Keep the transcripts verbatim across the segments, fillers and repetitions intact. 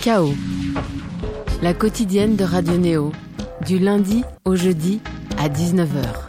K O, la quotidienne de Radio Néo, du lundi au jeudi à dix-neuf heures.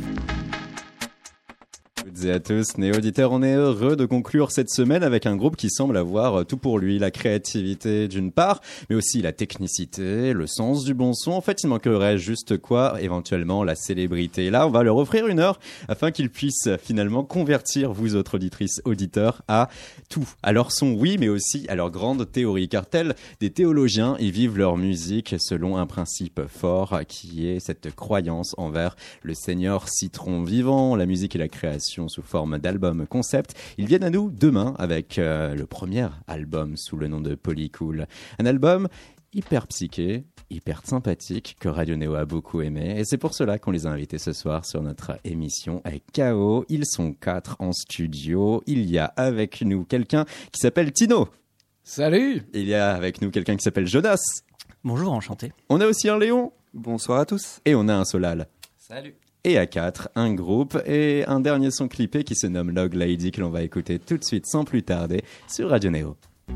Et à tous, néo-auditeurs, on est heureux de conclure cette semaine avec un groupe qui semble avoir tout pour lui, la créativité d'une part, mais aussi la technicité, le sens du bon son. En fait, il manquerait juste quoi? Éventuellement la célébrité. Là, on va leur offrir une heure afin qu'ils puissent finalement convertir vous autres auditrices, auditeurs, à tout. À leur son, oui, mais aussi à leur grande théorie, car tels des théologiens, ils vivent leur musique selon un principe fort qui est cette croyance envers le Seigneur citron vivant, la musique et la création sous forme d'album concept. Ils viennent à nous demain avec euh, le premier album sous le nom de Polycool. Un album hyper psyché, hyper sympathique que Radio Néo a beaucoup aimé. Et c'est pour cela qu'on les a invités ce soir sur notre émission avec K O. Ils sont quatre en studio. Il y a avec nous quelqu'un qui s'appelle Tino. Salut. Il y a avec nous quelqu'un qui s'appelle Jonas. Bonjour, enchanté. On a aussi un Léon. Bonsoir à tous. Et on a un Solal. Salut. Et à quatre, un groupe et un dernier son clippé qui se nomme Log Lady que l'on va écouter tout de suite sans plus tarder sur Radio Néo.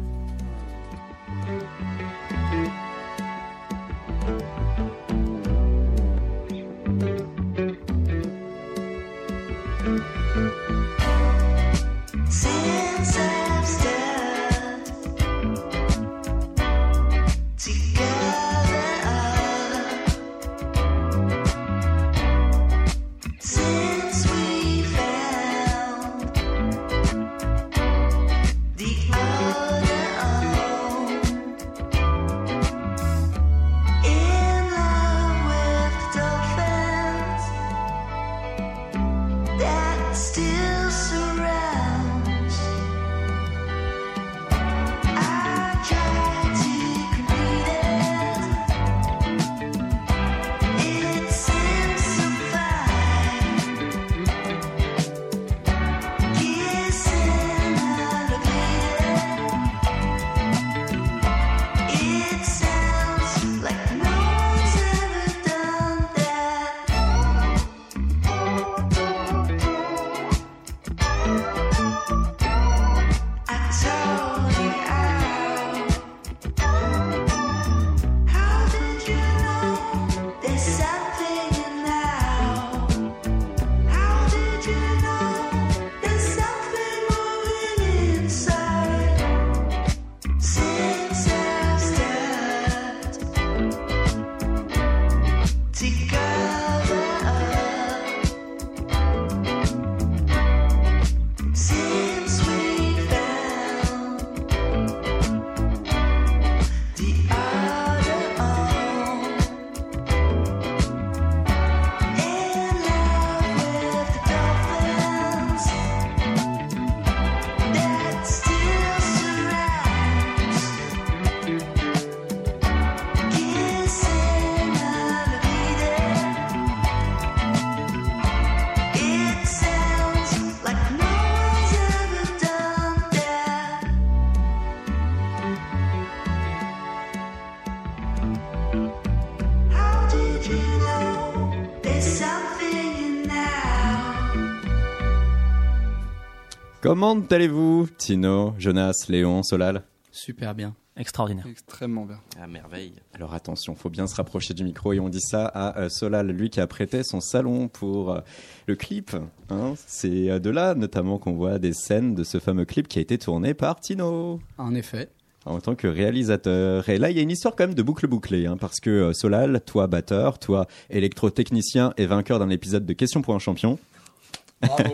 Comment allez-vous, Tino, Jonas, Léon, Solal? Super bien, extraordinaire. Extrêmement bien. À merveille. Alors attention, faut bien se rapprocher du micro et on dit ça à euh, Solal, lui qui a prêté son salon pour euh, le clip. Hein. C'est euh, de là notamment qu'on voit des scènes de ce fameux clip qui a été tourné par Tino. En effet. En tant que réalisateur. Et là, il y a une histoire quand même de boucle bouclée, hein, parce que euh, Solal, toi batteur, toi électrotechnicien et vainqueur d'un épisode de Question pour un champion. Bravo.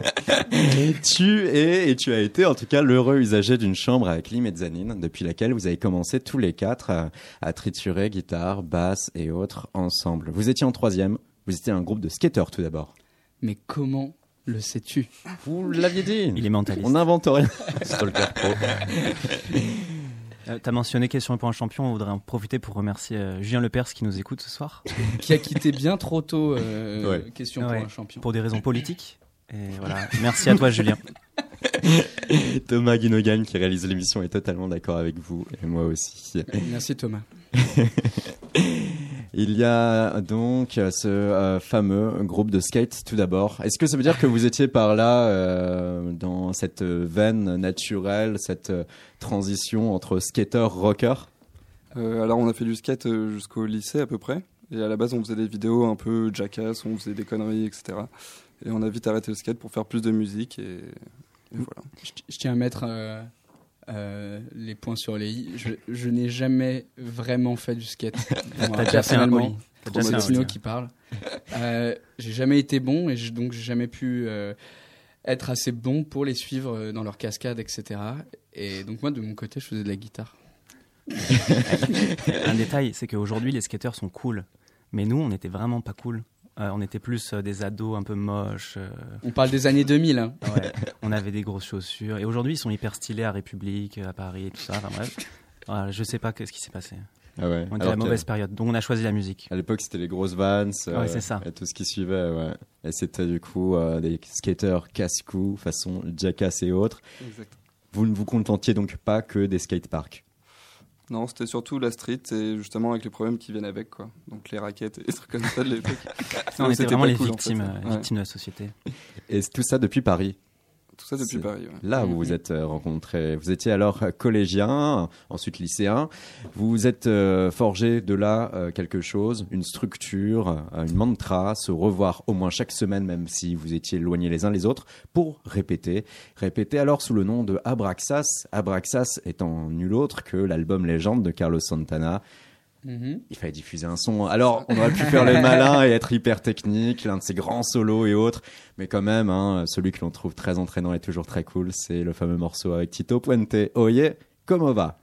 tu es et tu as été en tout cas l'heureux usager d'une chambre avec Lee Mezzanine, depuis laquelle vous avez commencé tous les quatre à, à triturer guitare, basse et autres ensemble. Vous étiez en troisième, vous étiez un groupe de skateurs tout d'abord. Mais comment le sais-tu? Vous l'aviez dit. Il est mentaliste. On n'invente rien. Stalker pro. Euh, T'as mentionné Question pour un champion, on voudrait en profiter pour remercier euh, Julien Lepers qui nous écoute ce soir. Qui a quitté bien trop tôt euh, Ouais. Question Ouais, pour un champion. Pour des raisons politiques. Et voilà, merci à toi Julien. Thomas Guinogan qui réalise l'émission est totalement d'accord avec vous et moi aussi. Merci Thomas. Il y a donc ce euh, fameux groupe de skate tout d'abord. Est-ce que ça veut dire que vous étiez par là euh, dans cette veine naturelle, cette euh, transition entre skater rocker? Euh, alors on a fait du skate euh, jusqu'au lycée à peu près. Et à la base on faisait des vidéos un peu jackass, on faisait des conneries, et cetera. Et on a vite arrêté le skate pour faire plus de musique et, et voilà. Je, je tiens à mettre euh, euh, les points sur les i. Je, je n'ai jamais vraiment fait du skate. Moi, T'as déjà fait un personnellement, ollie. T'as déjà fait un Tino ollie. qui parle. Euh, j'ai jamais été bon et je- donc j'ai jamais pu euh, être assez bon pour les suivre euh, dans leurs cascades, et cetera. Et donc moi de mon côté je faisais de la guitare. Un détail, c'est qu'aujourd'hui, les skateurs sont cool. Mais nous, on n'était vraiment pas cool. Euh, on était plus euh, des ados un peu moches. euh, On parle des années deux mille. Hein. ouais, on avait des grosses chaussures. Et aujourd'hui, ils sont hyper stylés à République, à Paris et tout ça. Enfin bref. Voilà, je sais pas ce qui s'est passé. Ah ouais. On était à Alors la mauvaise qu'à- période. Donc on a choisi la musique. À l'époque, c'était les grosses Vans, Ouais, c'est ça. et tout ce qui suivait, ouais. Et c'était du coup euh, des skateurs casse-cou, façon Jackass et autres. Exact. Vous ne vous contentiez donc pas que des skateparks. Non, c'était surtout la street et justement avec les problèmes qui viennent avec, quoi. Donc les raquettes et les trucs comme ça de l'époque. on était C'était vraiment pas les cool, en victimes, fait. euh, Ouais. victimes de la société. Et tout ça depuis Paris. Tout ça depuis C'est- Paris, ouais. Là, vous Mhm. vous êtes euh, rencontrés. Vous étiez alors euh, collégien, ensuite lycéen. Vous vous êtes euh, forgé de là euh, quelque chose, une structure, euh, une mantra, se revoir au moins chaque semaine, même si vous étiez éloignés les uns les autres, pour répéter. Répéter alors sous le nom de Abraxas. Abraxas étant nul autre que l'album Légende de Carlos Santana. Mhm. Il fallait diffuser un son. Alors, on aurait pu faire les malins et être hyper technique, l'un de ses grands solos et autres. Mais quand même, hein, celui que l'on trouve très entraînant et toujours très cool, c'est le fameux morceau avec Tito Puente. Oye, como va?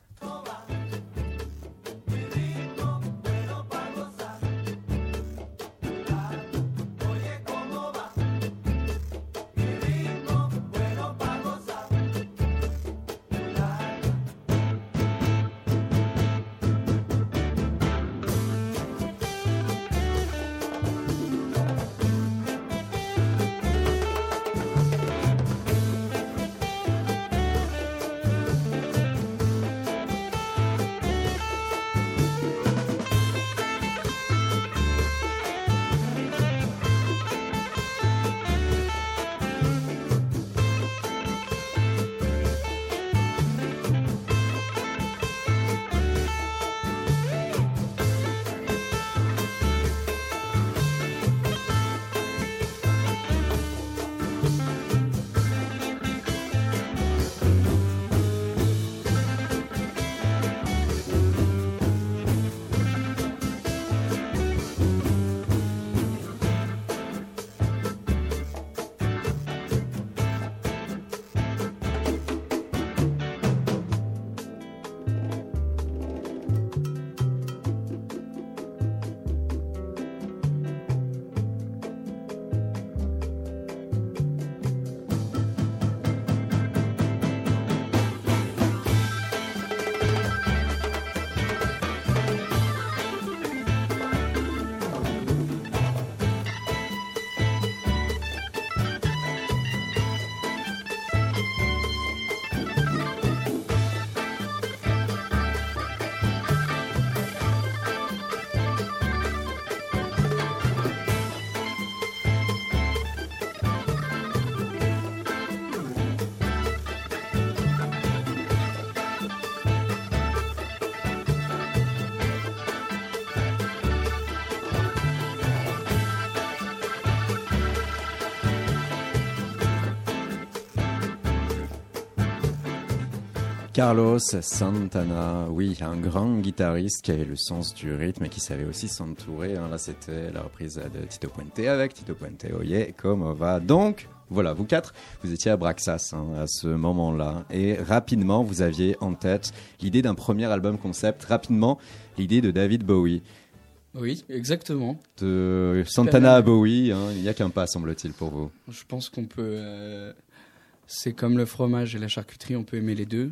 Carlos Santana, oui, un grand guitariste qui avait le sens du rythme et qui savait aussi s'entourer. Hein. Là, c'était la reprise de Tito Puente avec Tito Puente. Oye, comment va? Donc, voilà, vous quatre, vous étiez à Braxas hein, à ce moment-là. Et rapidement, vous aviez en tête l'idée d'un premier album concept. Rapidement, l'idée de David Bowie. Oui, exactement. De Santana à Bowie, hein, il n'y a qu'un pas, semble-t-il, pour vous. Je pense qu'on peut. euh, c'est comme le fromage et la charcuterie, on peut aimer les deux.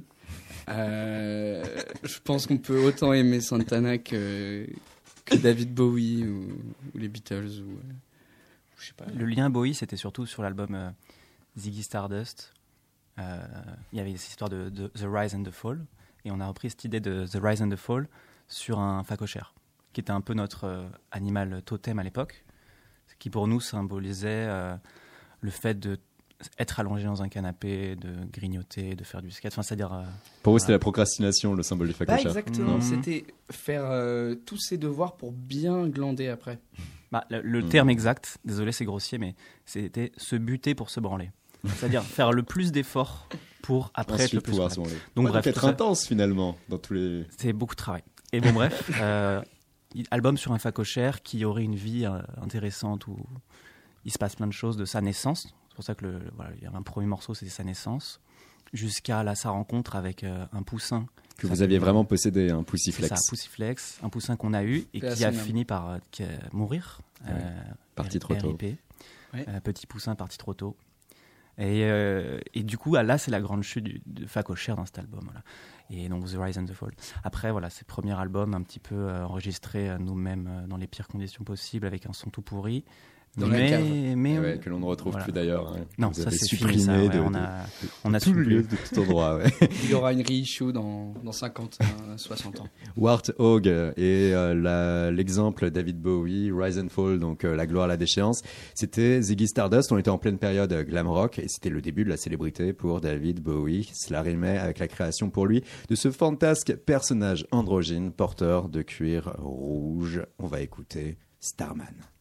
Euh, je pense qu'on peut autant aimer Santana que, que David Bowie ou, ou les Beatles ou euh, je sais pas. Le lien Bowie, c'était surtout sur l'album euh, Ziggy Stardust. Euh, Il y avait cette histoire de, de The Rise and the Fall. Et on a repris cette idée de The Rise and the Fall sur un phacochère, qui était un peu notre euh, animal totem à l'époque, qui pour nous symbolisait euh, le fait de être allongé dans un canapé, de grignoter, de faire du skate. Enfin, c'est-à-dire. Euh, Pour vous, voilà. c'était la procrastination, le symbole du Pas facochère. exactement, Mmh. c'était faire euh, tous ses devoirs pour bien glander après. Bah, le le Mhm. terme exact, désolé, c'est grossier, mais c'était se buter pour se branler. C'est-à-dire faire le plus d'efforts pour après être le Ensuite, plus pouvoir se branlé. branler. Donc, Ouais, bref, être tout ça- intense finalement dans tous les. C'est beaucoup de travail. Et bon, bref, euh, album sur un facochère qui aurait une vie euh, intéressante où il se passe plein de choses de sa naissance. C'est pour ça que le, voilà, il y a un premier morceau, c'était sa naissance, jusqu'à là, sa rencontre avec euh, un poussin. Que vous aviez vraiment possédé, un Poussiflex. C'est ça, Poussiflex, un poussin qu'on a eu et Paix à qui a son âme. fini par euh, qui a- mourir. Ouais. euh, Parti R- trop tôt. R I P. Ouais. Euh, petit poussin parti trop tôt. Et, euh, et du coup, ah, là, c'est la grande chute du, de facochère dans cet album. Voilà. Et donc, The Rise and the Fall. Après, voilà, c'est le premier album un petit peu euh, enregistré euh, nous-mêmes euh, dans les pires conditions possibles avec un son tout pourri. Dans la mais, cave. mais Et on- ouais, que l'on ne retrouve voilà. plus d'ailleurs. Hein. Non, Vous ça avez c'est supprimé fini. Ça, ouais, de, on de- a, de on a tout su lieu, plus. de tout endroit. Ouais. Il y aura une reissue dans, dans cinquante, euh, soixante ans. Warthog et euh, la- l'exemple David Bowie, Rise and Fall, donc euh, la gloire à la déchéance, c'était Ziggy Stardust. On était en pleine période euh, glam rock et c'était le début de la célébrité pour David Bowie. Cela rimait avec la création pour lui de ce fantasque personnage androgyne porteur de cuir rouge. On va écouter Starman.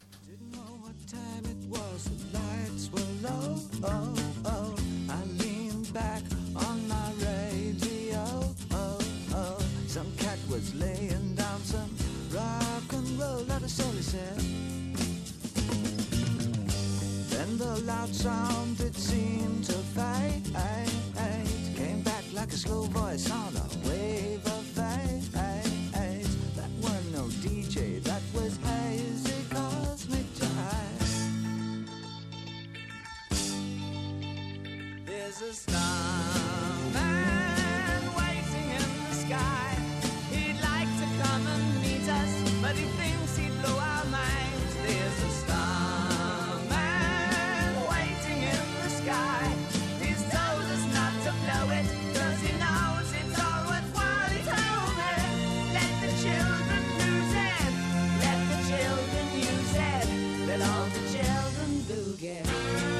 Laying down some rock and roll, that is all he said. Then the loud sound, it seemed to fade. Came back like a slow voice on a wave of fate. That wasn't no D J, that was hazy cosmic jive. There's a starman waiting in the sky. He'd like to come and meet us, but he thinks he'd blow our minds. There's a starman waiting in the sky. He's told us not to blow it, cause he knows it's all worthwhile. He told me, let the children lose it, let the children use it, let all the children boogie.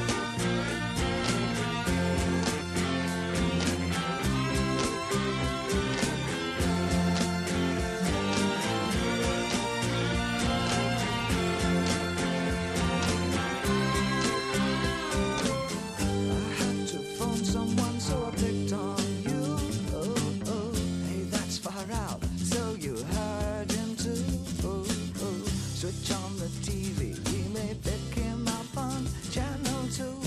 I had to phone someone, so I picked on you. Oh, oh, hey, that's far out. So you heard him too. Oh, oh, switch on the T V. We may pick him up on channel two.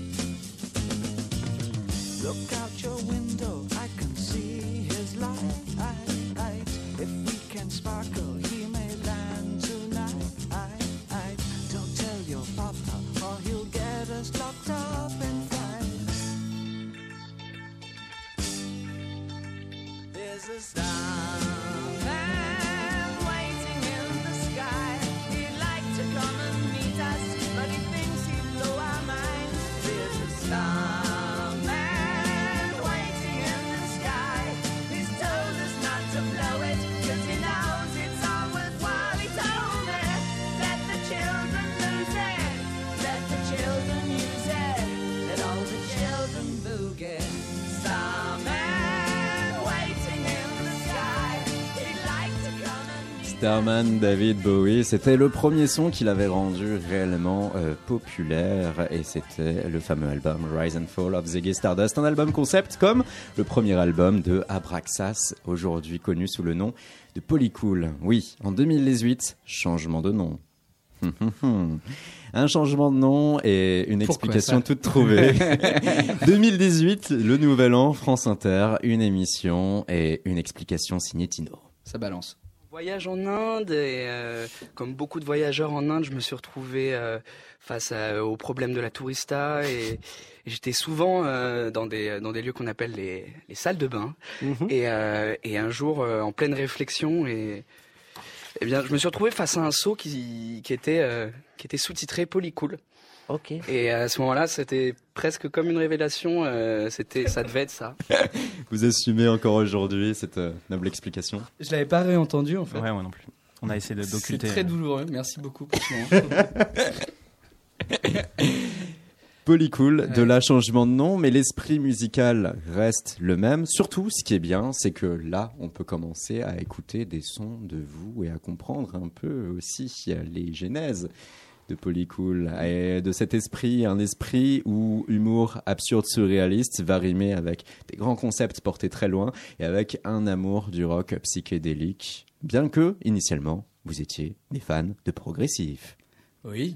Look out your window, I can see his light. If we can sparkle, he may land tonight. Don't tell your papa, or he'll get us locked up in flight. There's a starman waiting in the sky. He'd like to come and meet us, but he thinks he'd blow our minds. There's a starman waiting in the sky. He's told us not to blow it, cause he knows it's all worthwhile. He told me, let the children lose it, let the children use it, let all the children boogie. Starman waiting in the sky. He'd like to come and meet Starman, David Bowie, c'était le premier son qu'il avait rendu réellement euh, populaire et c'était le fameux album Rise and Fall of Ziggy Stardust, un album concept comme le premier album de Abraxas, aujourd'hui connu sous le nom de Polycool. Oui, en deux mille dix-huit, changement de nom. Un changement de nom et une Pourquoi explication ça toute trouvée. deux mille dix-huit, le nouvel an, France Inter, une émission et une explication signée Tino. Ça balance. Voyage en Inde et euh, comme beaucoup de voyageurs en Inde, je me suis retrouvé euh, face à, aux problèmes de la tourista et, et j'étais souvent euh, dans des dans des lieux qu'on appelle les, les salles de bain. Mm-hmm. Et, euh, et un jour, euh, en pleine réflexion, et eh bien, je me suis retrouvé face à un saut qui qui était euh, qui était sous-titré Polycool. Ok. Et à ce moment-là, c'était presque comme une révélation. Euh, c'était, ça devait être ça. Vous assumez encore aujourd'hui cette euh, noble explication? Je l'avais pas réentendu en fait. Ouais, moi non plus. On a essayé de C'est d'occulter. très douloureux. Merci beaucoup pour ce moment. Polycool, Ouais. de là changement de nom, mais l'esprit musical reste le même. Surtout, ce qui est bien, c'est que là, on peut commencer à écouter des sons de vous et à comprendre un peu aussi les genèses de Polycool. Et de cet esprit, un esprit où humour absurde surréaliste va rimer avec des grands concepts portés très loin et avec un amour du rock psychédélique. Bien que, initialement, vous étiez des fans de progressif. Oui.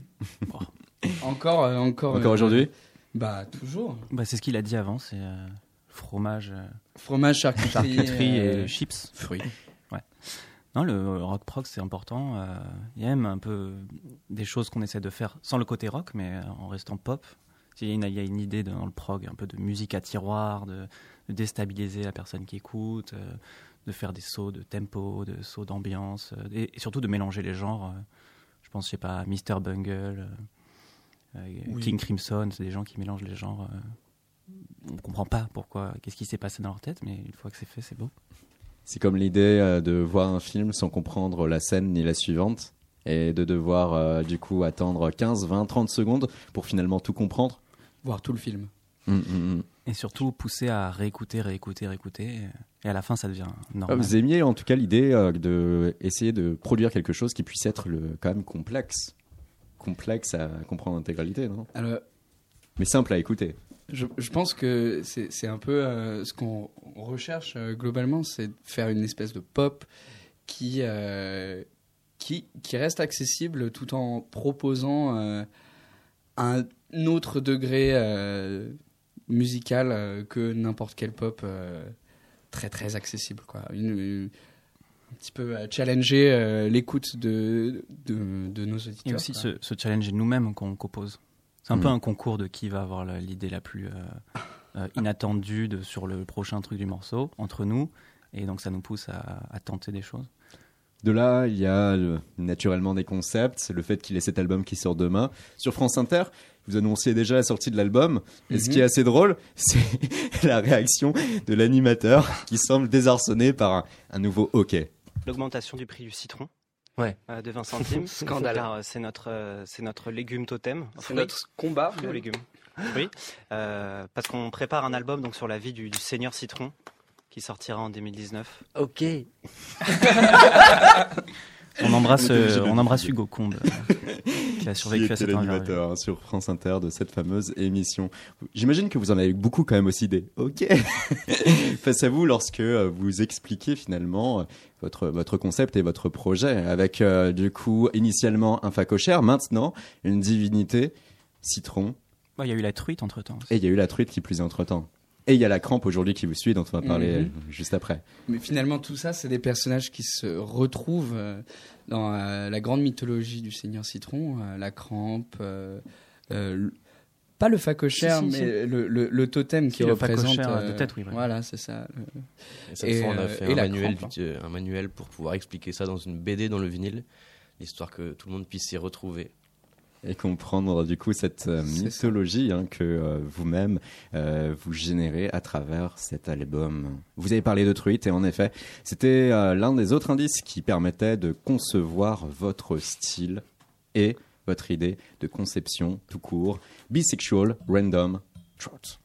encore, euh, encore. Encore euh, aujourd'hui ? Bah toujours. Bah, c'est ce qu'il a dit avant, c'est euh, fromage, euh, Fromage, charcuterie, charcuterie euh, et chips. fruits. Non, le rock prog, c'est important. Euh, Il y a même un peu des choses qu'on essaie de faire sans le côté rock, mais en restant pop. Il y a une, il y a une idée dans le prog, un peu de musique à tiroir, de, de déstabiliser la personne qui écoute, euh, de faire des sauts de tempo, de sauts d'ambiance, euh, et, et surtout de mélanger les genres. Euh, je pense, je sais pas, mister Bungle, euh, euh, Oui. King Crimson, c'est des gens qui mélangent les genres. Euh, on comprend pas pourquoi, qu'est-ce qui s'est passé dans leur tête, mais une fois que c'est fait, c'est beau. C'est comme l'idée euh, de voir un film sans comprendre la scène ni la suivante et de devoir euh, du coup attendre quinze, vingt, trente secondes pour finalement tout comprendre. Voir tout le film. Hum, hum, hum. Et surtout pousser à réécouter, réécouter, réécouter. Et à la fin, ça devient Ah, normal. vous aimiez en tout cas l'idée euh, de essayer de produire quelque chose qui puisse être le, quand même complexe. Complexe à comprendre en intégralité, non ? Alors, Mais simple à écouter. je, je pense que c'est c'est un peu euh, ce qu'on recherche euh, globalement, c'est de faire une espèce de pop qui, euh, qui, qui reste accessible tout en proposant euh, un autre degré euh, musical euh, que n'importe quel pop euh, très très accessible, quoi. Une, une- un petit peu euh, challenger euh, l'écoute de, de, de nos auditeurs. Et aussi quoi. se, se challenger nous-mêmes qu'on compose. C'est un Mm. peu un concours de qui va avoir la- l'idée la plus euh, euh, inattendue de, sur le prochain truc du morceau, entre nous. Et donc ça nous pousse à, à tenter des choses. De là, il y a le- naturellement des concepts, le fait qu'il y ait cet album qui sort demain. Sur France Inter, vous annonciez déjà la sortie de l'album. Et ce Mhm. qui est assez drôle, c'est la réaction de l'animateur qui semble désarçonné par un, un nouveau hockey. L'augmentation du prix du citron. Ouais. Euh, de vingt centimes. Scandale. Car, euh, c'est notre, euh, c'est notre légume totem. C'est Fruit. notre combat. Fruit ou légume. Oui. Euh, parce qu'on prépare un album donc, sur la vie du, du Seigneur Citron qui sortira en deux mille dix-neuf. Ok. On embrasse, On était obligé euh, de on le embrasse dire. Hugo Combe, euh, qui a Qui survécu à était cette interview. l'animateur hein, sur France Inter de cette fameuse émission. J'imagine que vous en avez eu beaucoup quand même aussi des OK face à vous lorsque euh, vous expliquez finalement euh, votre, votre concept et votre projet avec euh, du coup initialement un facochère, maintenant une divinité, citron, Bah, il y a eu la truite entre-temps. aussi. et il y a eu la truite qui plus est entre-temps. Et il y a la crampe aujourd'hui qui vous suit dont on va parler Mhm. euh, juste après. Mais finalement, tout ça, c'est des personnages qui se retrouvent euh, dans euh, la grande mythologie du Seigneur Citron, euh, la crampe, euh, euh, le- pas le facochère, Si, si, mais le, le, le totem qui Si, le représente. facochère, de tête, oui, ouais. Voilà, c'est ça. le- Et cette Et, fois, on a euh, fait et un la manuel, crampe, euh, un manuel pour pouvoir expliquer ça dans une B D dans le vinyle, histoire que tout le monde puisse s'y retrouver. Et comprendre du coup cette euh, C'est mythologie hein, que euh, vous-même euh, vous générez à travers cet album. Vous avez parlé de truite et en effet, c'était euh, l'un des autres indices qui permettait de concevoir votre style et votre idée de conception tout court. Bisexual Random Trot.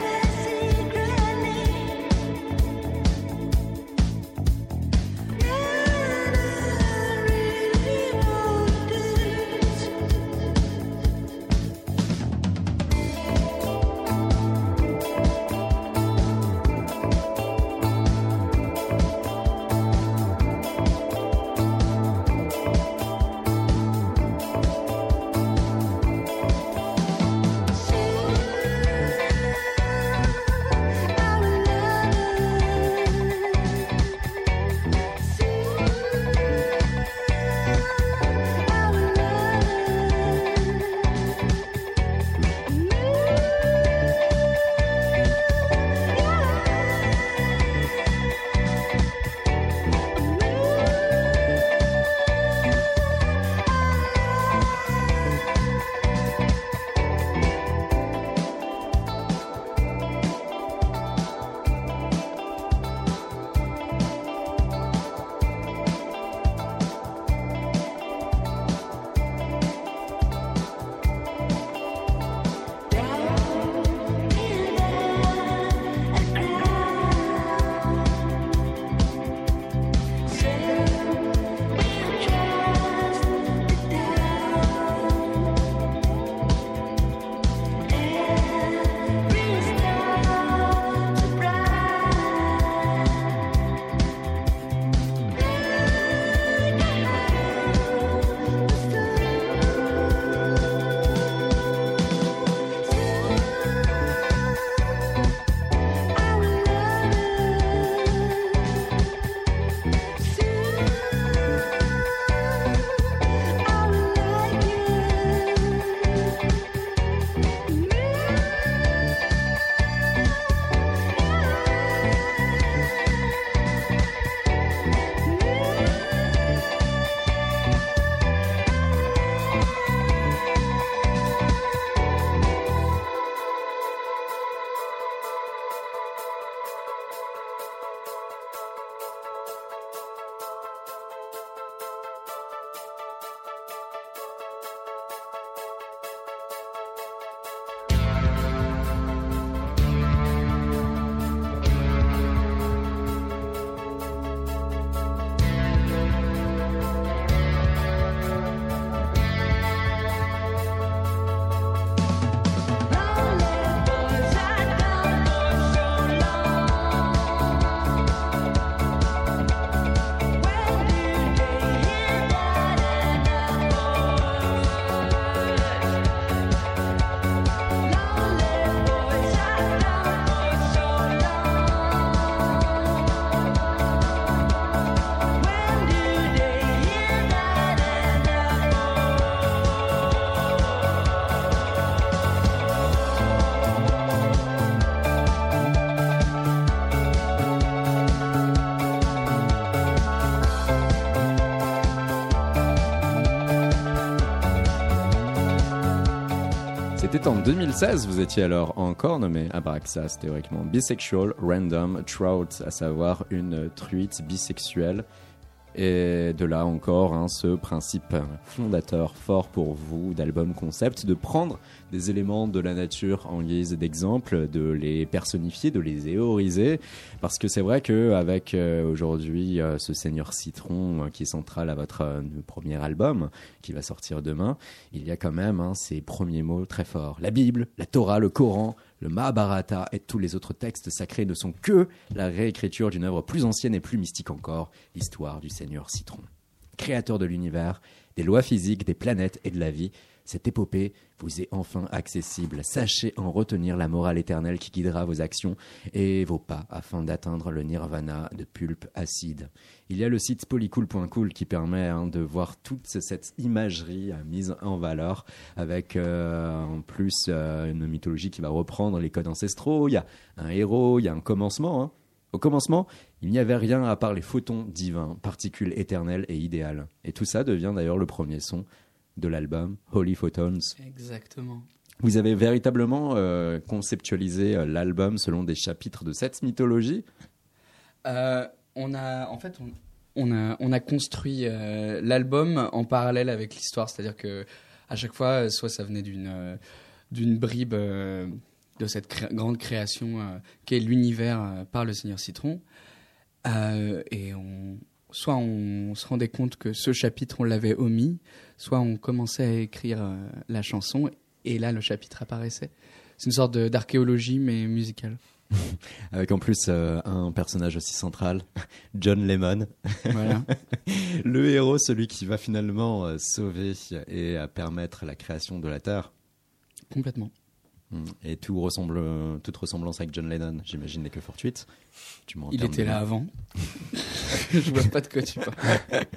Secretly C'était en deux mille seize, vous étiez alors encore nommé Abraxas, théoriquement Bisexual Random Trout, à savoir une truite bisexuelle. Et de là encore, hein, ce principe fondateur fort pour vous d'album concept, de prendre des éléments de la nature en guise d'exemple, de les personnifier, de les théoriser, parce que c'est vrai qu'avec euh, aujourd'hui euh, ce Seigneur Citron euh, qui est central à votre euh, premier album, qui va sortir demain, il y a quand même hein, ces premiers mots très forts. La Bible, la Torah, le Coran, le Mahabharata et tous les autres textes sacrés ne sont que la réécriture d'une œuvre plus ancienne et plus mystique encore, l'histoire du Seigneur Citron. Créateur de l'univers, des lois physiques, des planètes et de la vie, cette épopée vous est enfin accessible. Sachez en retenir la morale éternelle qui guidera vos actions et vos pas afin d'atteindre le nirvana de pulpe acide. Il y a le site polycool point cool qui permet hein, de voir toute cette imagerie euh, mise en valeur avec euh, en plus euh, une mythologie qui va reprendre les codes ancestraux. Il y a un héros, il y a un commencement. Hein. Au commencement, il n'y avait rien à part les photons divins, particules éternelles et idéales. Et tout ça devient d'ailleurs le premier son de l'album Holy Photons. Exactement. Vous avez véritablement euh, conceptualisé euh, l'album selon des chapitres de cette mythologie. Euh, on a, en fait, on, on a, on a construit euh, l'album en parallèle avec l'histoire, c'est-à-dire que à chaque fois, soit ça venait d'une euh, d'une bribe euh, de cette cré- grande création euh, qu'est l'univers euh, par le Seigneur Citron, euh, et on soit on se rendait compte que ce chapitre, on l'avait omis, soit on commençait à écrire euh, la chanson, et là, le chapitre apparaissait. C'est une sorte de, d'archéologie, mais musicale. Avec en plus euh, un personnage aussi central, John Lennon. Voilà. Le héros, celui qui va finalement euh, sauver et euh, permettre la création de la Terre. Complètement. Et tout ressemble, toute ressemblance avec John Lennon, j'imagine, n'est que fortuite. Tu Il était là avant. Je vois pas de quoi tu parles.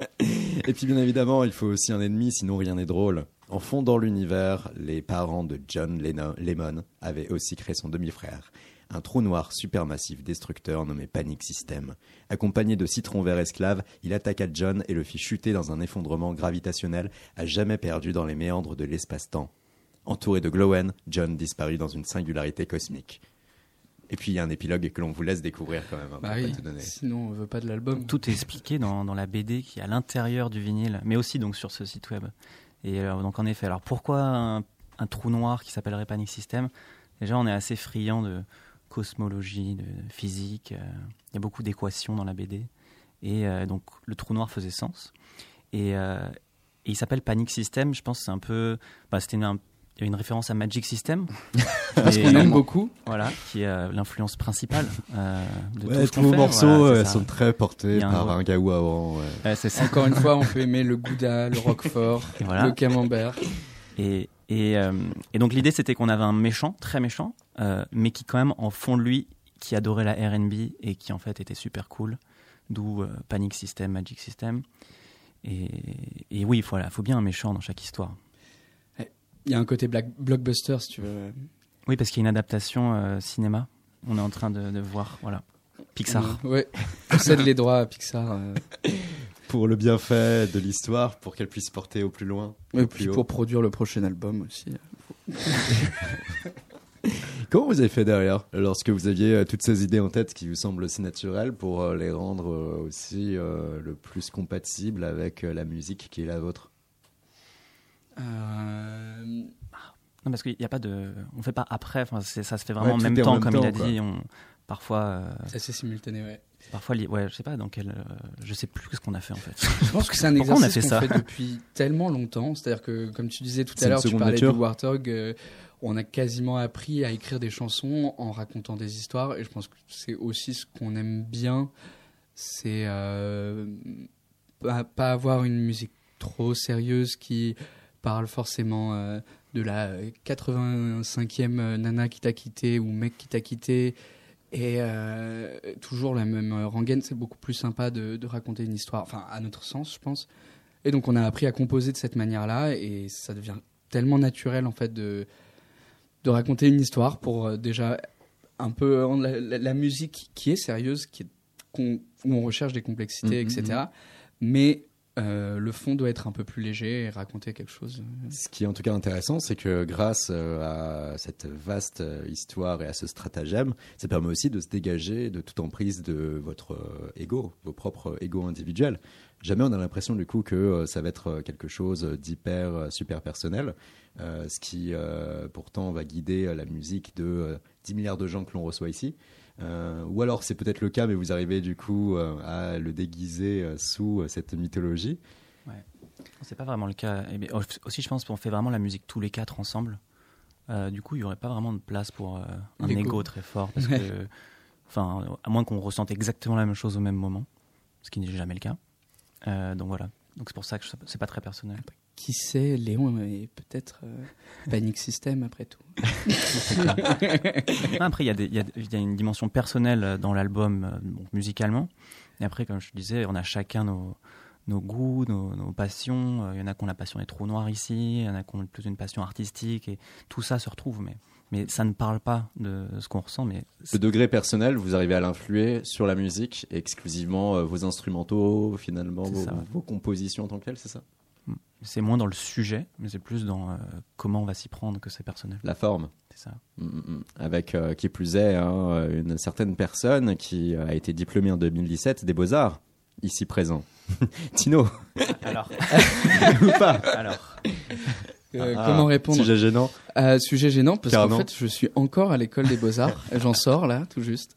Et puis bien évidemment, il faut aussi un ennemi, sinon rien n'est drôle. En fondant l'univers, les parents de John Lennon, Lemon avaient aussi créé son demi-frère. Un trou noir supermassif destructeur nommé Panic System. Accompagné de Citron vert esclave, il attaqua John et le fit chuter dans un effondrement gravitationnel à jamais perdu dans les méandres de l'espace-temps. Entouré de Glowen, John disparut dans une singularité cosmique. Et puis il y a un épilogue que l'on vous laisse découvrir quand même. Hein, bah oui, sinon on veut pas de l'album. Tout est expliqué dans, dans la B D qui est à l'intérieur du vinyle, mais aussi donc sur ce site web. Et alors, donc en effet, alors pourquoi un, un trou noir qui s'appellerait Panic System ? Déjà, on est assez friand de cosmologie, de physique. Euh, il y a beaucoup d'équations dans la B D, et euh, donc le trou noir faisait sens. Et, euh, et il s'appelle Panic System. Je pense que c'est un peu, bah, c'était une, un, il y a une référence à Magic System, parce qu'on aime beaucoup. Voilà, qui est euh, l'influence principale euh, de ouais, tout ce tous qu'on vos fait. morceaux Voilà, euh, sont très portés un par gros... un gaou avant. Ouais. Ouais, c'est ça. Encore une fois, on peut aimer le gouda, le roquefort, voilà. Le camembert. Et, et, euh, et donc l'idée, c'était qu'on avait un méchant, très méchant, euh, mais qui quand même, en fond de lui, qui adorait la R and B et qui en fait était super cool. D'où euh, Panic System, Magic System. Et, et oui, voilà, il faut bien un méchant dans chaque histoire. Il y a un côté black, blockbuster, si tu veux. Oui, parce qu'il y a une adaptation euh, cinéma. On est en train de, de voir, voilà. Pixar. Euh, ouais, on cède les droits à Pixar. Euh... Pour le bienfait de l'histoire, pour qu'elle puisse porter au plus loin. Et au puis plus pour produire le prochain album aussi. Comment vous avez fait derrière, lorsque vous aviez euh, toutes ces idées en tête qui vous semblent si naturelles, pour euh, les rendre euh, aussi euh, le plus compatibles avec euh, la musique qui est la vôtre ? euh... Non, parce qu'il n'y a pas de, on fait pas après. Enfin, c'est, ça se fait vraiment ouais, en même temps, en même comme temps, il a quoi. dit. On, parfois. Euh, c'est assez simultané, ouais. Parfois, ouais, je sais pas dans quel, euh, je sais plus ce qu'on a fait en fait. Je pense que c'est un Pourquoi exercice on a fait qu'on ça fait depuis tellement longtemps. C'est-à-dire que, comme tu disais tout c'est à l'heure, tu parlais nature. de Warthog. Euh, on a quasiment appris à écrire des chansons en racontant des histoires, et je pense que c'est aussi ce qu'on aime bien, c'est euh, pas, pas avoir une musique trop sérieuse qui parle forcément euh, de la quatre-vingt-cinquième nana qui t'a quitté ou mec qui t'a quitté, et euh, toujours la même rengaine. C'est beaucoup plus sympa de, de raconter une histoire, enfin à notre sens, je pense. Et donc on a appris à composer de cette manière-là, et ça devient tellement naturel en fait de de raconter une histoire pour euh, déjà un peu euh, la, la, la musique qui est sérieuse, qui est, qu'on, où on recherche des complexités, mmh, et cetera. Mmh. Mais Euh, le fond doit être un peu plus léger et raconter quelque chose. Ce qui est en tout cas intéressant, c'est que grâce euh, à cette vaste euh, histoire et à ce stratagème, ça permet aussi de se dégager de toute emprise de votre euh, ego, vos propres égos individuels. Jamais on a l'impression du coup que euh, ça va être quelque chose d'hyper euh, super personnel, euh, ce qui euh, pourtant va guider euh, la musique de euh, dix milliards de gens que l'on reçoit ici. Euh, ou alors c'est peut-être le cas, mais vous arrivez du coup euh, à le déguiser euh, sous euh, cette mythologie. Ouais. C'est pas vraiment le cas. Et bien, aussi, je pense qu'on fait vraiment la musique tous les quatre ensemble. Euh, du coup, il y aurait pas vraiment de place pour euh, un L'ego. ego très fort, parce que, enfin, à moins qu'on ressente exactement la même chose au même moment, ce qui n'est jamais le cas. Euh, donc voilà. Donc c'est pour ça que je- c'est pas très personnel. Qui sait, Léon est peut-être euh, Panic System après tout. Ah, Après, il y, a des- il y a- il y a une dimension personnelle dans l'album, euh, donc musicalement. Et après, comme je te disais, on a chacun nos, nos goûts, nos, nos passions. Euh, Il y en a qui ont la passion des trous noirs ici, il y en a qui ont plus une passion artistique, et tout ça se retrouve. Mais, mais ça ne parle pas de ce qu'on ressent. Mais Le degré personnel, vous arrivez à l'influer sur la musique, exclusivement euh, vos instrumentaux, finalement, C'est vos, ça, ouais. vos compositions en tant que telles, c'est ça? c'est moins dans le sujet, mais c'est plus dans euh, comment on va s'y prendre que c'est personnel. La forme. C'est ça. Mm, mm, mm. Avec, euh, qui plus est, hein, une certaine personne qui a été diplômée en deux mille dix-sept des Beaux-Arts, ici présent. Tino, Alors, ou pas? alors Euh, Ah, comment répondre Sujet gênant. Euh, Sujet gênant, parce Car qu'en non. fait, je suis encore à l'école des Beaux-Arts. J'en sors là, tout juste.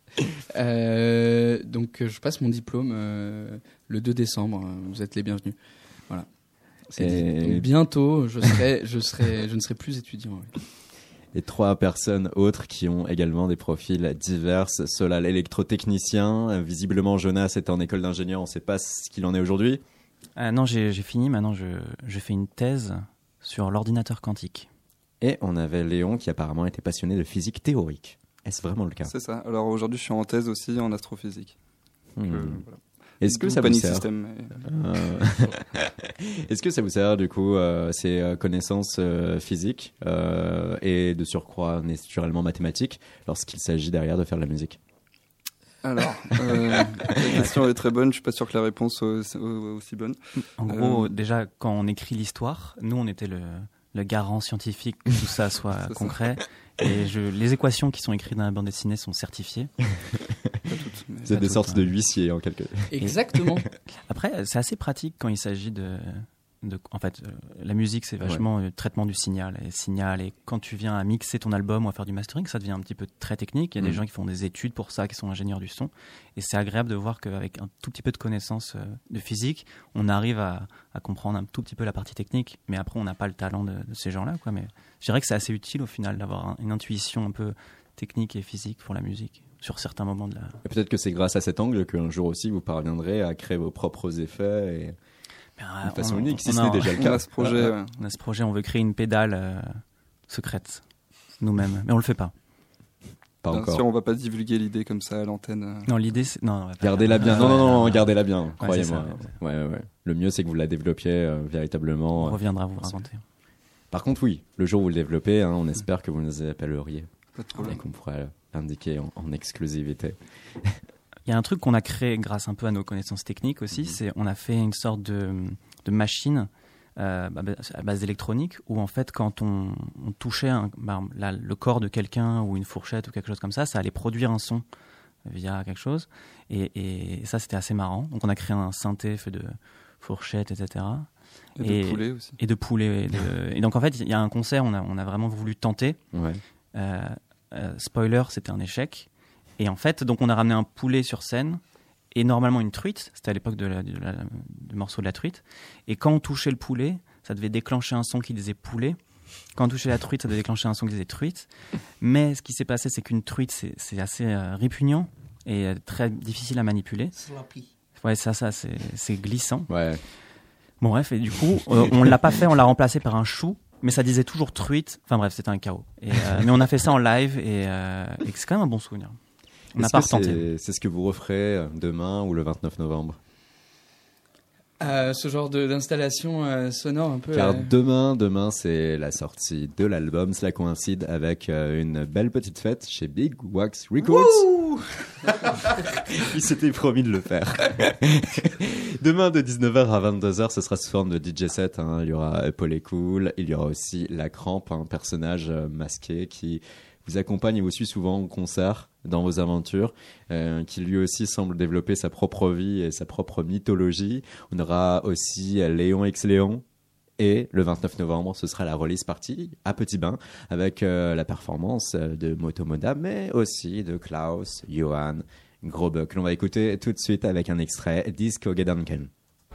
Euh, donc, euh, je passe mon diplôme euh, le deux décembre. Vous êtes les bienvenus. Voilà. C'est Et- dit. Donc, bientôt, je, serai, je, serai, je ne serai plus étudiant. ouais. Et trois personnes autres qui ont également des profils divers. Solal, électrotechnicien. Euh, Visiblement, Jonas est en école d'ingénieur. On ne sait pas ce qu'il en est aujourd'hui. Ah non, j'ai j'ai fini. Maintenant, je, je fais une thèse sur l'ordinateur quantique. Et on avait Léon qui apparemment était passionné de physique théorique. Est-ce vraiment le cas? C'est ça. Alors aujourd'hui, je suis en thèse aussi en astrophysique. Hmm. Euh, voilà. Est-ce que D'où ça vous Panic sert System, mais- Euh, Est-ce que ça vous sert du coup euh, ces euh, connaissances euh, physiques euh, et de surcroît naturellement mathématiques lorsqu'il s'agit derrière de faire de la musique? Alors, euh, la question est très bonne. Je suis pas sûr que la réponse soit aussi, aussi bonne. En Euh, gros, déjà, quand on écrit l'histoire, nous, on était le, le garant scientifique que tout ça soit C'est ça. concret. Et je, les équations qui sont écrites dans la bande dessinée sont certifiées. Pas toutes, mais- Vous êtes Pas des toutes, sortes hein. de huissiers en quelque sorte. Exactement. Après, c'est assez pratique quand il s'agit de, de... En fait, euh, la musique, c'est vachement le traitement du signal. Et signal. Et quand tu viens à mixer ton album ou à faire du mastering, ça devient un petit peu très technique. Il y a Mm. des gens qui font des études pour ça, qui sont ingénieurs du son. Et c'est agréable de voir qu'avec un tout petit peu de connaissances euh, de physique, on arrive à, à comprendre un tout petit peu la partie technique. Mais après, on n'a pas le talent de, de ces gens-là, quoi. Mais je dirais que c'est assez utile au final d'avoir un- une intuition un peu technique et physique pour la musique sur certains moments de la. Et peut-être que c'est grâce à cet angle qu'un jour aussi vous parviendrez à créer vos propres effets et Ben, de façon on- unique, si on ce a- n'est déjà le On cas. a ce projet. ouais. On a ce projet, on veut créer une pédale euh, secrète nous-mêmes, mais on le fait pas. Pas Bien encore. sûr, on va pas divulguer l'idée comme ça à l'antenne. euh. Non, l'idée, c'est non, on va pas Gardez-la faire- bien. Ah, Non, non, ouais, non, ouais, gardez-la bien. c'est Croyez-moi. ça, Ouais, ouais, ouais. Le mieux, c'est que vous la développiez euh, véritablement. On reviendra vous raconter. Par contre, oui, le jour où vous le développez, hein, on espère que vous nous appelleriez Pas de et problème. qu'on pourrait l'indiquer en, en exclusivité. Il y a un truc qu'on a créé grâce un peu à nos connaissances techniques aussi, c'est on a fait une sorte de, de machine euh, bah, à base d'électronique où en fait quand on, on touchait un- bah, la- le corps de quelqu'un ou une fourchette ou quelque chose comme ça, ça allait produire un son via quelque chose et, et ça c'était assez marrant. Donc on a créé un synthé fait de fourchettes, et cetera. Et de Et- poulet aussi. Et de poulet. Et, de- et donc en fait il y a un concert, on a, on a vraiment voulu tenter. Ouais. Euh, euh, spoiler, c'était un échec. Et en fait, donc on a ramené un poulet sur scène et normalement une truite. C'était à l'époque de la- de la- du morceau de la truite. Et quand on touchait le poulet, ça devait déclencher un son qui disait poulet. Quand on touchait la truite, ça devait déclencher un son qui disait truite. Mais ce qui s'est passé, c'est qu'une truite, c'est c'est assez euh, répugnant et euh, très difficile à manipuler. Ouais, ça, ça, c'est c'est glissant. Ouais. Bon bref, et du coup, euh, on l'a pas fait, on l'a remplacé par un chou, mais ça disait toujours truite. Enfin bref, c'était un chaos. Et, euh, mais on a fait ça en live et, euh, et c'est quand même un bon souvenir. On n'a Est-ce pas que retenté. c'est- C'est ce que vous referez euh, demain ou le vingt-neuf novembre? Euh, ce genre de, d'installation euh, sonore un peu. Car euh, demain, demain, c'est la sortie de l'album. Cela coïncide avec euh, une belle petite fête chez Big Wax Records. Il s'était promis de le faire. Demain, de dix-neuf heures à vingt-deux heures, ce sera sous forme de D J set. Hein. Il y aura Paul et Cool. Il y aura aussi La Crampe, un personnage euh, masqué qui vous accompagne et vous suit souvent en concert dans vos aventures, euh, qui lui aussi semble développer sa propre vie et sa propre mythologie. On aura aussi Léon X Léon. Et le vingt-neuf novembre, ce sera la release party à Petit Bain avec euh, la performance de Motomoda, mais aussi de Klaus, Johan, Grobe, que l'on va écouter tout de suite avec un extrait Disco Gedanken.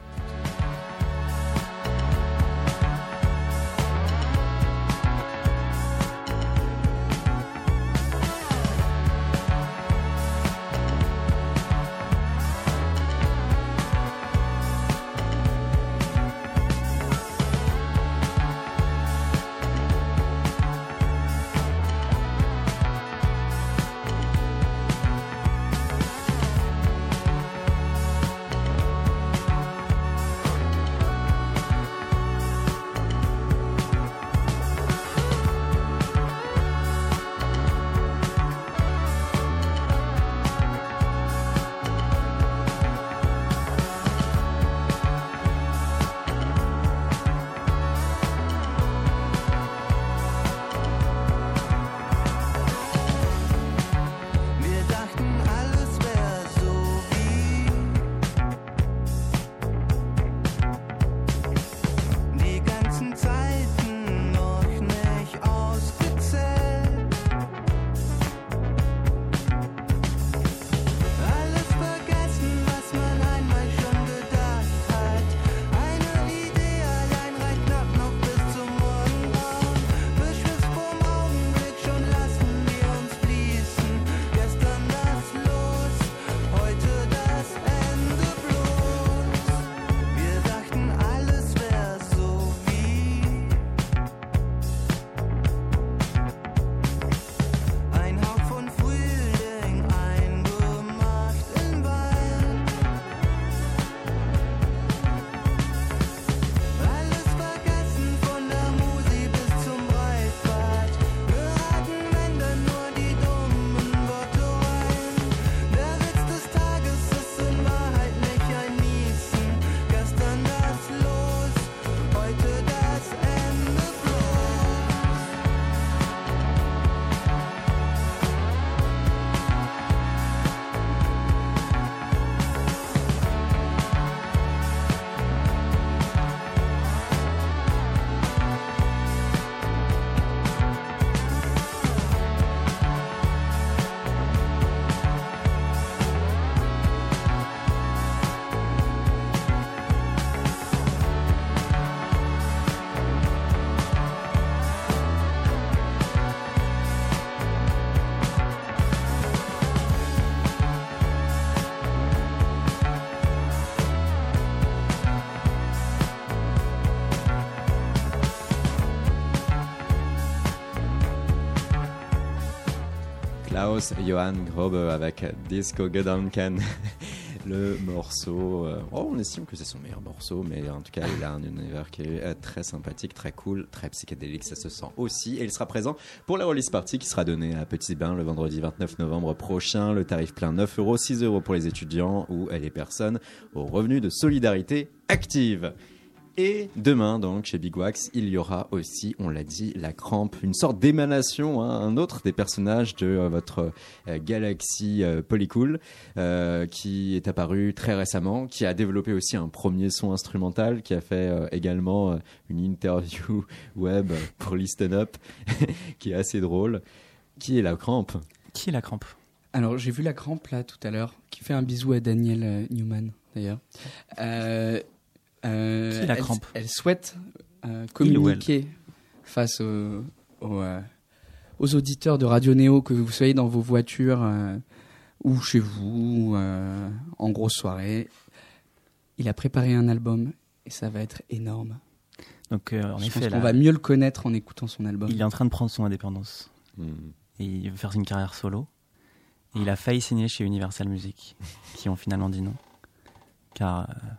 Klaus Johan Grobe avec Disco Gedanken. Le morceau, euh, oh, on estime que c'est son meilleur morceau, mais en tout cas, il a un univers qui est euh, très sympathique, très cool, très psychédélique, ça se sent aussi. Et il sera présent pour la release party qui sera donnée à Petit Bain le vendredi vingt-neuf novembre prochain. Le tarif plein neuf euros, six euros pour les étudiants ou les personnes aux revenus de solidarité active. Et demain, donc, chez Big Wax, il y aura aussi, on l'a dit, La Crampe, une sorte d'émanation, hein, un autre des personnages de euh, votre euh, galaxie euh, Polycool, euh, qui est apparu très récemment, qui a développé aussi un premier son instrumental, qui a fait euh, également euh, une interview web pour Listen Up, qui est assez drôle. Qui est La Crampe ? Qui est La Crampe ? Alors, j'ai vu La Crampe, là, tout à l'heure, qui fait un bisou à Daniel euh, Newman, d'ailleurs. Euh... Euh, Qui est la elle, crampe elle souhaite euh, communiquer face aux, aux, euh, aux auditeurs de Radio Néo, que vous soyez dans vos voitures euh, ou chez vous, euh, en grosse soirée. Il a préparé un album et ça va être énorme. Donc, euh, en Je effet, pense qu'on là, va mieux le connaître en écoutant son album. il est en train de prendre son indépendance. Mmh. Et il veut faire une carrière solo. Et il a failli signer chez Universal Music, qui ont finalement dit non. Car... Euh,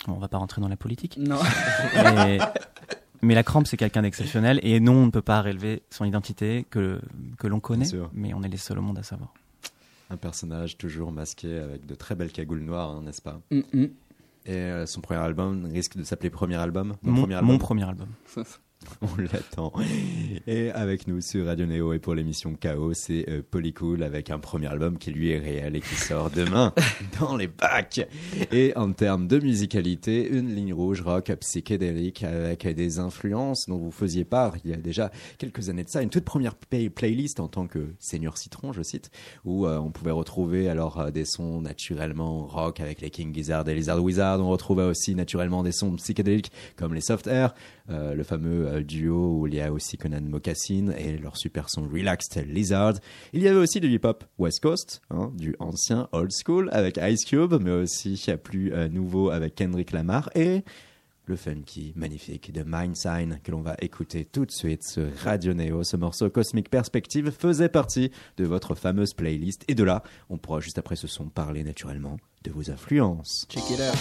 on va pas rentrer dans la politique. Non. Mais, mais la Crampe, c'est quelqu'un d'exceptionnel. Et non, on ne peut pas relever son identité que, que l'on connaît. Mais on est les seuls au monde à savoir. Un personnage toujours masqué avec de très belles cagoules noires, hein, n'est-ce pas? Mm-hmm. Et euh, son premier album risque de s'appeler Premier Album. Mon, mon premier album. Mon premier album. On l'attend. Et avec nous sur Radio Néo et pour l'émission Chaos, c'est euh, Polycool avec un premier album qui lui est réel et qui sort demain dans les bacs. Et en termes de musicalité, une ligne rouge rock psychédélique avec des influences dont vous faisiez part il y a déjà quelques années de ça. Une toute première play- playlist en tant que Seigneur Citron, je cite, où euh, on pouvait retrouver alors euh, des sons naturellement rock avec les King Gizzard et Lizard Wizard. On retrouvait aussi naturellement des sons psychédéliques comme les Soft Air, euh, le fameux euh, duo où il y a aussi Conan Mocassin et leur super son Relaxed Lizard. Il y avait aussi du hip-hop West Coast, hein, du ancien old school avec Ice Cube, mais aussi plus euh, nouveau avec Kendrick Lamar et le funky magnifique de Mindsign que l'on va écouter tout de suite sur Radio Néo. Ce morceau Cosmic Perspective faisait partie de votre fameuse playlist et de là, on pourra juste après ce son parler naturellement de vos influences. Check it out.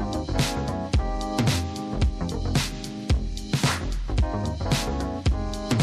Thank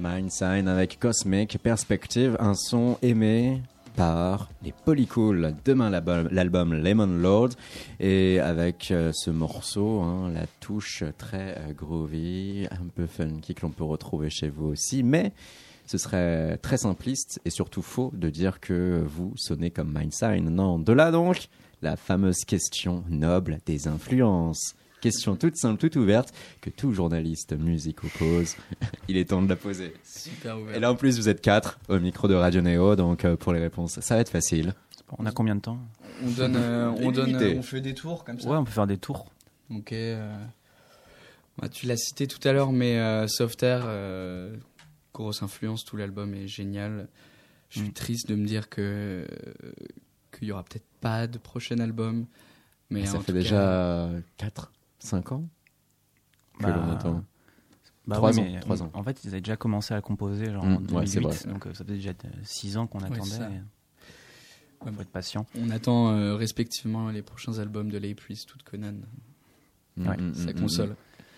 Mindsign avec Cosmic Perspective, un son aimé par les Polycool. Demain l'album, l'album Lemon Lord, et avec euh, ce morceau, hein, la touche très euh, groovy, un peu funky que l'on peut retrouver chez vous aussi, mais ce serait très simpliste et surtout faux de dire que vous sonnez comme Mindsign. Non, de là donc la fameuse question noble des influences. Question toute simple, toute ouverte, que tout journaliste musique oppose. Il est temps de la poser. Super ouvert. Et là, en plus, vous êtes quatre au micro de Radio Néo, donc euh, pour les réponses, ça va être facile. On a combien de temps? On donne, euh, on donne, Illimité. euh, on fait des tours comme ça. Ouais, on peut faire des tours. Ok. euh, bah, tu l'as cité tout à l'heure, mais euh, Soft Air, euh, grosse influence, tout l'album est génial. Je suis Mm. triste de me dire que euh, qu'il y aura peut-être pas de prochain album, mais ça en fait tout déjà quatre, cinq ans que Bah, l'on attend. Bah Trois oui, ans, mais trois on- ans. En fait, ils avaient déjà commencé à composer genre Mm, en ouais, c'est deux mille huit, vrai. donc euh, ça faisait déjà six ans qu'on Ouais, attendait. c'est ça. et- Ouais, faut être patient. On attend euh, respectivement les prochains albums de Lay Priest ou de Conan. Ouais, Mm, mm, Ça mm, console.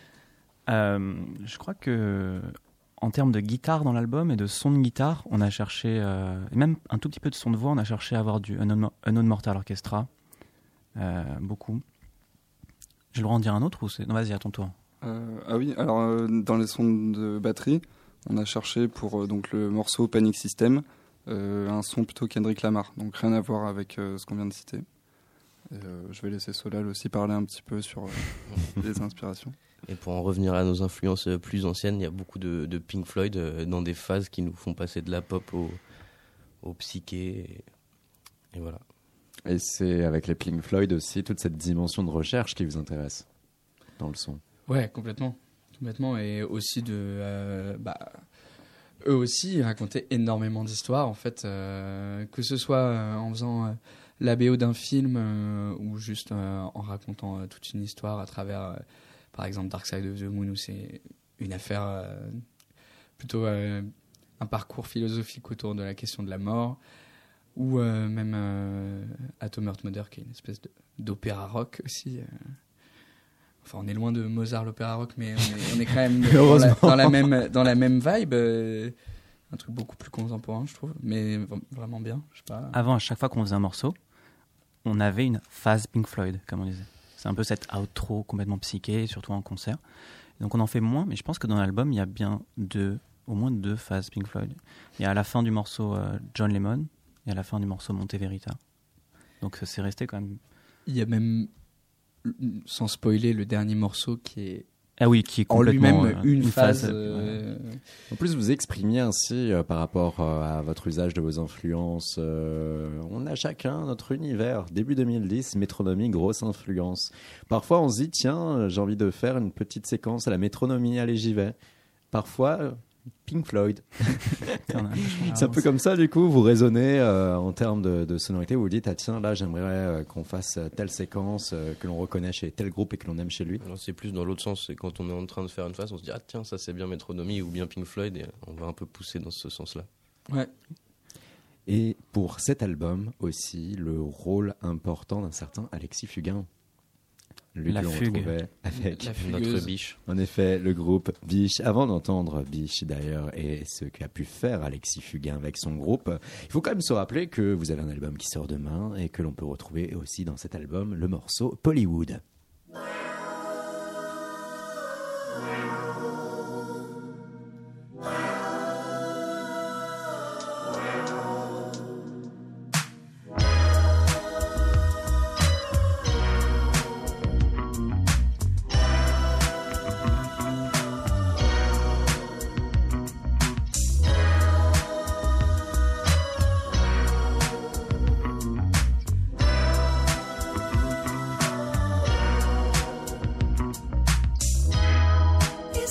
Euh, je crois que en termes de guitare dans l'album et de son de guitare, on a cherché, euh, et même un tout petit peu de son de voix, on a cherché à avoir du Unknown, Unknown Mortal Orchestra, euh, beaucoup. J'ai le droit d'en dire un autre ou c'est... Non, vas-y, à ton tour. Euh, ah oui, alors euh, dans les sons de batterie, on a cherché pour euh, donc le morceau Panic System euh, un son plutôt Kendrick Lamar, donc rien à voir avec euh, ce qu'on vient de citer. Et, euh, je vais laisser Solal aussi parler un petit peu sur euh, les inspirations. Et pour en revenir à nos influences euh, plus anciennes, il y a beaucoup de, de Pink Floyd euh, dans des phases qui nous font passer de la pop au, au psyché. Et, et voilà. Et c'est avec les Pink Floyd aussi toute cette dimension de recherche qui vous intéresse dans le son. Ouais, complètement. Complètement. Et aussi de. euh, bah, eux aussi racontaient énormément d'histoires, en fait. euh, que ce soit euh, en faisant euh, la B O d'un film euh, ou juste euh, en racontant euh, toute une histoire à travers, euh, par exemple, Dark Side of the Moon, où c'est une affaire. Euh, plutôt euh, un parcours philosophique autour de la question de la mort. Ou euh, même euh, Atom Heart Mother, qui est une espèce de, d'opéra rock aussi. Euh. Enfin, on est loin de Mozart, l'opéra rock, mais on est, on est quand même dans, la, dans, la même, dans la même vibe. Euh, un truc beaucoup plus contemporain, je trouve, mais v- vraiment bien. Je sais pas. Avant, à chaque fois qu'on faisait un morceau, on avait une phase Pink Floyd, comme on disait. C'est un peu cette outro complètement psyché, surtout en concert. Donc on en fait moins, mais je pense que dans l'album, il y a bien deux, au moins deux phases Pink Floyd. Il y a à la fin du morceau euh, John Lemon et à la fin du morceau Monte Verita. Donc c'est resté quand même... Il y a même, sans spoiler, le dernier morceau qui est Ah oui, qui est en complètement lui-même euh, une, phase. phase, euh, En plus, vous exprimiez ainsi euh, par rapport euh, à votre usage de vos influences. euh, on a chacun notre univers. Début deux mille dix, métronomie, grosse influence. Parfois, on se dit, tiens, j'ai envie de faire une petite séquence à la métronomie, allez, j'y vais. Parfois, euh, Pink Floyd. C'est un peu comme ça, du coup, vous raisonnez euh, en termes de, de sonorité, vous vous dites, ah tiens, là, j'aimerais euh, qu'on fasse telle séquence euh, que l'on reconnaît chez tel groupe et que l'on aime chez lui. Alors c'est plus dans l'autre sens, c'est quand on est en train de faire une phase, on se dit ah tiens ça c'est bien Métronomie ou bien Pink Floyd et on va un peu pousser dans ce sens-là. Ouais. Et pour cet album aussi, le rôle important d'un certain Alexis Fugain. Lui La que l'on fugue. retrouvait avec La fugueuse. Notre biche. en effet le groupe Biche. Avant d'entendre Biche d'ailleurs et ce qu'a pu faire Alexis Fugain avec son groupe, il faut quand même se rappeler que vous avez un album qui sort demain et que l'on peut retrouver aussi dans cet album le morceau Pollywood. It's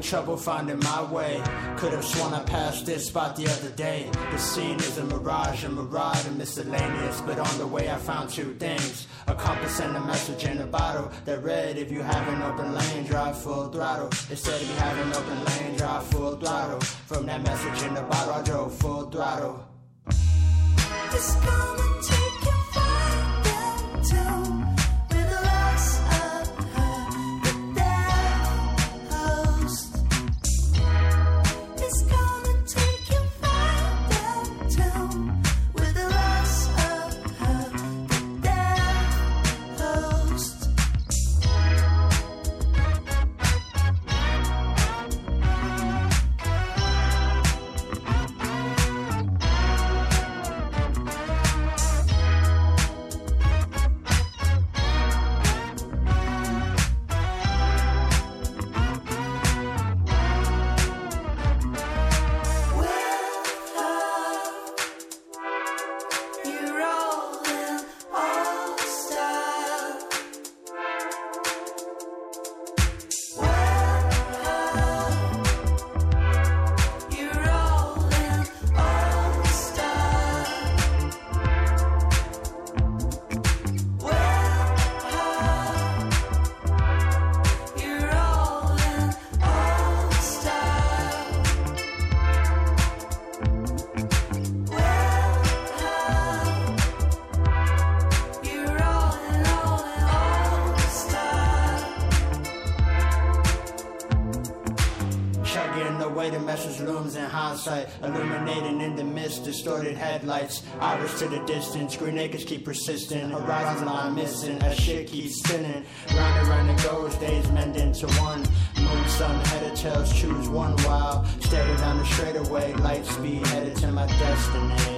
trouble finding my way. Could have sworn I passed this spot the other day. The scene is a mirage, a mirage and miscellaneous. But on the way I found two things: a compass and a message in a bottle that read, if you have an open lane, drive full throttle. Instead of you have an open lane, drive full throttle. From that message in the bottle, I drove full throttle. It's gonna take you far down to where the locks of her, the death host. It's gonna take you far down to where the locks of her, the death host. You're rolling all style. You're rolling all style. You're rolling all style. You're rolling, rolling all style. Chugging away, the message looms in hindsight, illuminating in the mist, distorted headlights, iris to the distance, green acres keep persisting, horizon line missing, as shit keeps spinning, round and round it goes, days mend into one, moon, sun, head of tails, choose one while, staring down the straightaway, light speed, headed to my destiny.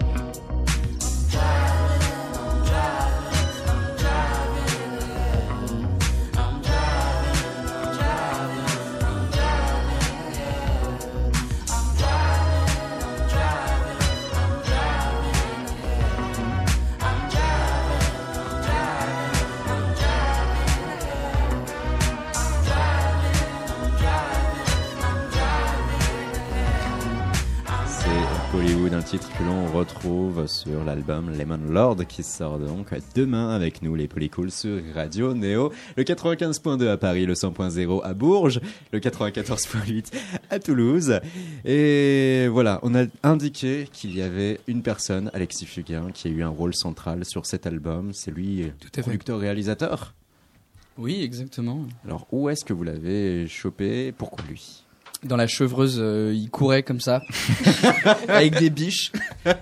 Hollywood, un titre que l'on retrouve sur l'album Lemon Lord qui sort donc demain avec nous, les Polycools sur Radio Néo. Le quatre-vingt-quinze point deux à Paris, le cent point zéro à Bourges, le quatre-vingt-quatorze point huit à Toulouse. Et voilà, on a indiqué qu'il y avait une personne, Alexis Fugain, qui a eu un rôle central sur cet album. C'est lui, producteur-réalisateur. Oui, exactement. Alors, où est-ce que vous l'avez chopé? Pourquoi lui? Dans la chevreuse, euh, il courait comme ça, avec des biches.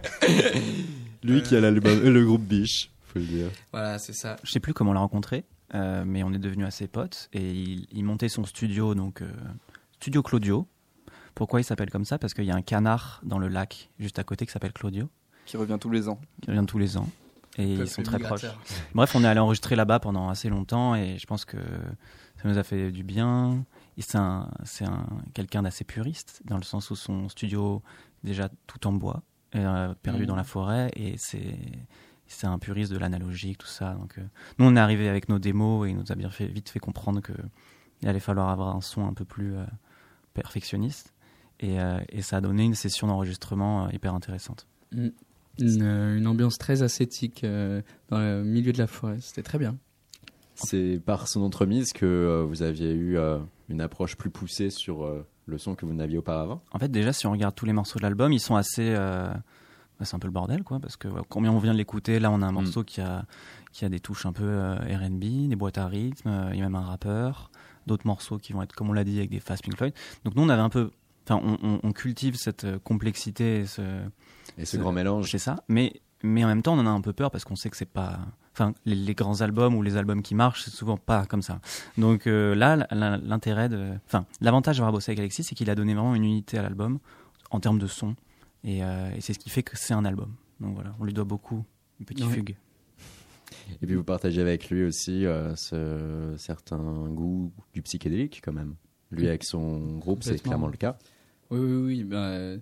Lui qui a l'album, euh, le groupe Biche, faut le dire. Voilà, c'est ça. Je sais plus comment on l'a rencontré, euh, mais on est devenus assez potes et il, il montait son studio, donc euh, Studio Claudio. Pourquoi il s'appelle comme ça? Parce qu'il y a un canard dans le lac juste à côté qui s'appelle Claudio. Qui revient tous les ans. Qui revient tous les ans. Et Peuple ils sont très proches. migrateur. Bref, on est allé enregistrer là-bas pendant assez longtemps et je pense que ça nous a fait du bien. Et c'est un, c'est un, quelqu'un d'assez puriste, dans le sens où son studio, déjà tout en bois, euh, perdu mmh. dans la forêt, et c'est, c'est un puriste de l'analogique, tout ça. Donc, euh, nous, on est arrivé avec nos démos et il nous a bien fait, vite fait comprendre qu'il allait falloir avoir un son un peu plus euh, perfectionniste. Et, euh, et ça a donné une session d'enregistrement euh, hyper intéressante. Mmh. Une, une ambiance très ascétique euh, dans le milieu de la forêt, c'était très bien. C'est par son entremise que euh, vous aviez eu euh, une approche plus poussée sur euh, le son que vous n'aviez auparavant? En fait, déjà, si on regarde tous les morceaux de l'album, ils sont assez... Euh, bah, c'est un peu le bordel, quoi, parce que combien on vient de l'écouter, là, on a un morceau mm. qui, a, qui a des touches un peu euh, R and B, des boîtes à rythme, il euh, y a même un rappeur, d'autres morceaux qui vont être, comme on l'a dit, avec des phases Pink Floyd. Donc nous, on avait un peu... Enfin, on, on, on cultive cette euh, complexité et ce... Et ce, ce grand mélange. C'est ça, mais, mais en même temps, on en a un peu peur parce qu'on sait que c'est pas... Enfin, les, les grands albums ou les albums qui marchent, c'est souvent pas comme ça. Donc euh, là, l'intérêt de... Enfin, l'avantage d'avoir bossé avec Alexis, c'est qu'il a donné vraiment une unité à l'album en termes de son. Et, euh, et c'est ce qui fait que c'est un album. Donc voilà, on lui doit beaucoup. Une petite oui. fugue. Et puis vous partagez avec lui aussi euh, ce certain goût du psychédélique quand même. Lui oui. avec son groupe, c'est clairement le cas. Oui, oui, oui. Ben,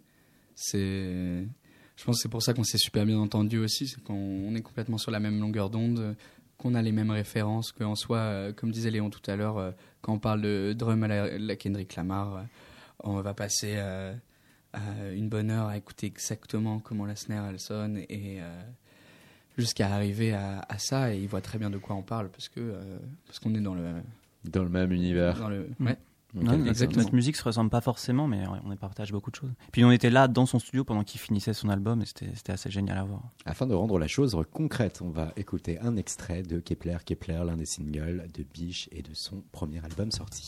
c'est... Je pense que c'est pour ça qu'on s'est super bien entendu aussi, c'est qu'on est complètement sur la même longueur d'onde. qu'on a les mêmes références, qu'en soi, euh, comme disait Léon tout à l'heure, euh, quand on parle de drum à la, la Kendrick Lamar, euh, on va passer euh, à une bonne heure à écouter exactement comment la snare elle sonne et euh, jusqu'à arriver à, à ça, et il voit très bien de quoi on parle parce que euh, parce qu'on est dans le Dans le même univers. dans le Mm. ouais. Ok, Ouais, notre, exactement. notre musique se ressemble pas forcément, mais on on partage beaucoup de choses. Puis on était là dans son studio pendant qu'il finissait son album et c'était c'était assez génial à voir. Afin de rendre la chose concrète, on va écouter un extrait de Kepler Kepler, l'un des singles de Biche et de son premier album sorti.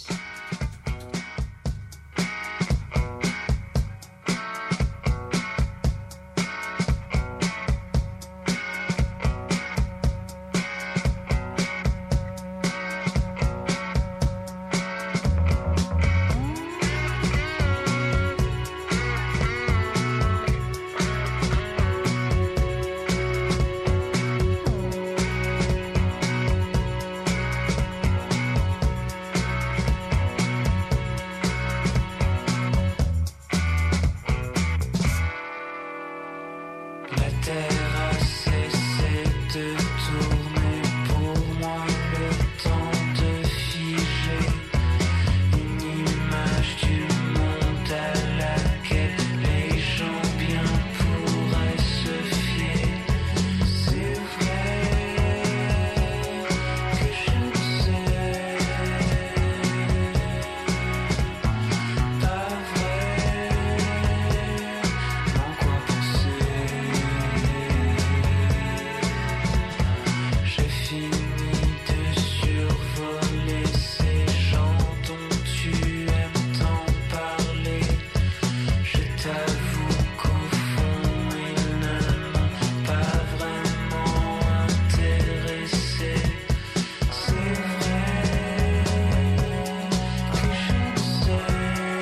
La terre a cessé de tourner, pour moi le temps de figer une image du monde à laquelle les gens bien pourraient se fier. C'est vrai que je ne sais pas vraiment quoi penser. J'ai fini de survoler ces gens dont tu aimes tant parler. Je t'avoue qu'au fond ils ne m'ont pas vraiment intéressé. C'est vrai que je ne sais pas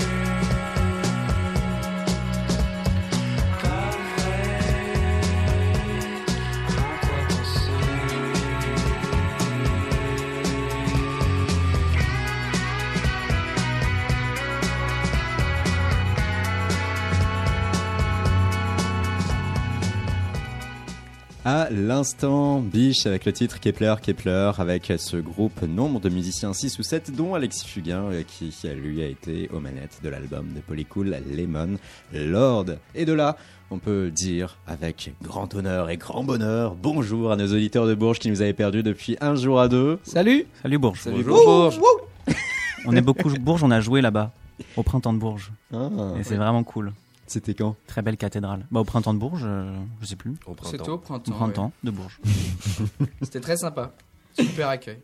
À l'instant, Biche avec le titre Kepler Kepler, avec ce groupe nombre de musiciens six ou sept, dont Alexis Fugain, euh, qui euh, lui a été aux manettes de l'album de Polycool Lemon Lord. Et de là, on peut dire avec grand honneur et grand bonheur, bonjour à nos auditeurs de Bourges qui nous avaient perdus depuis un jour à deux. Salut. Salut Bourges. Salut Bourges. On est beaucoup Bourges, on a joué là-bas au printemps de Bourges Ah, et c'est vraiment cool. c'était quand? Très belle cathédrale. Bah, au printemps de Bourges, euh, je sais plus. Au C'était printemps. au printemps. Au printemps de Bourges. ouais. C'était très sympa. Super accueil.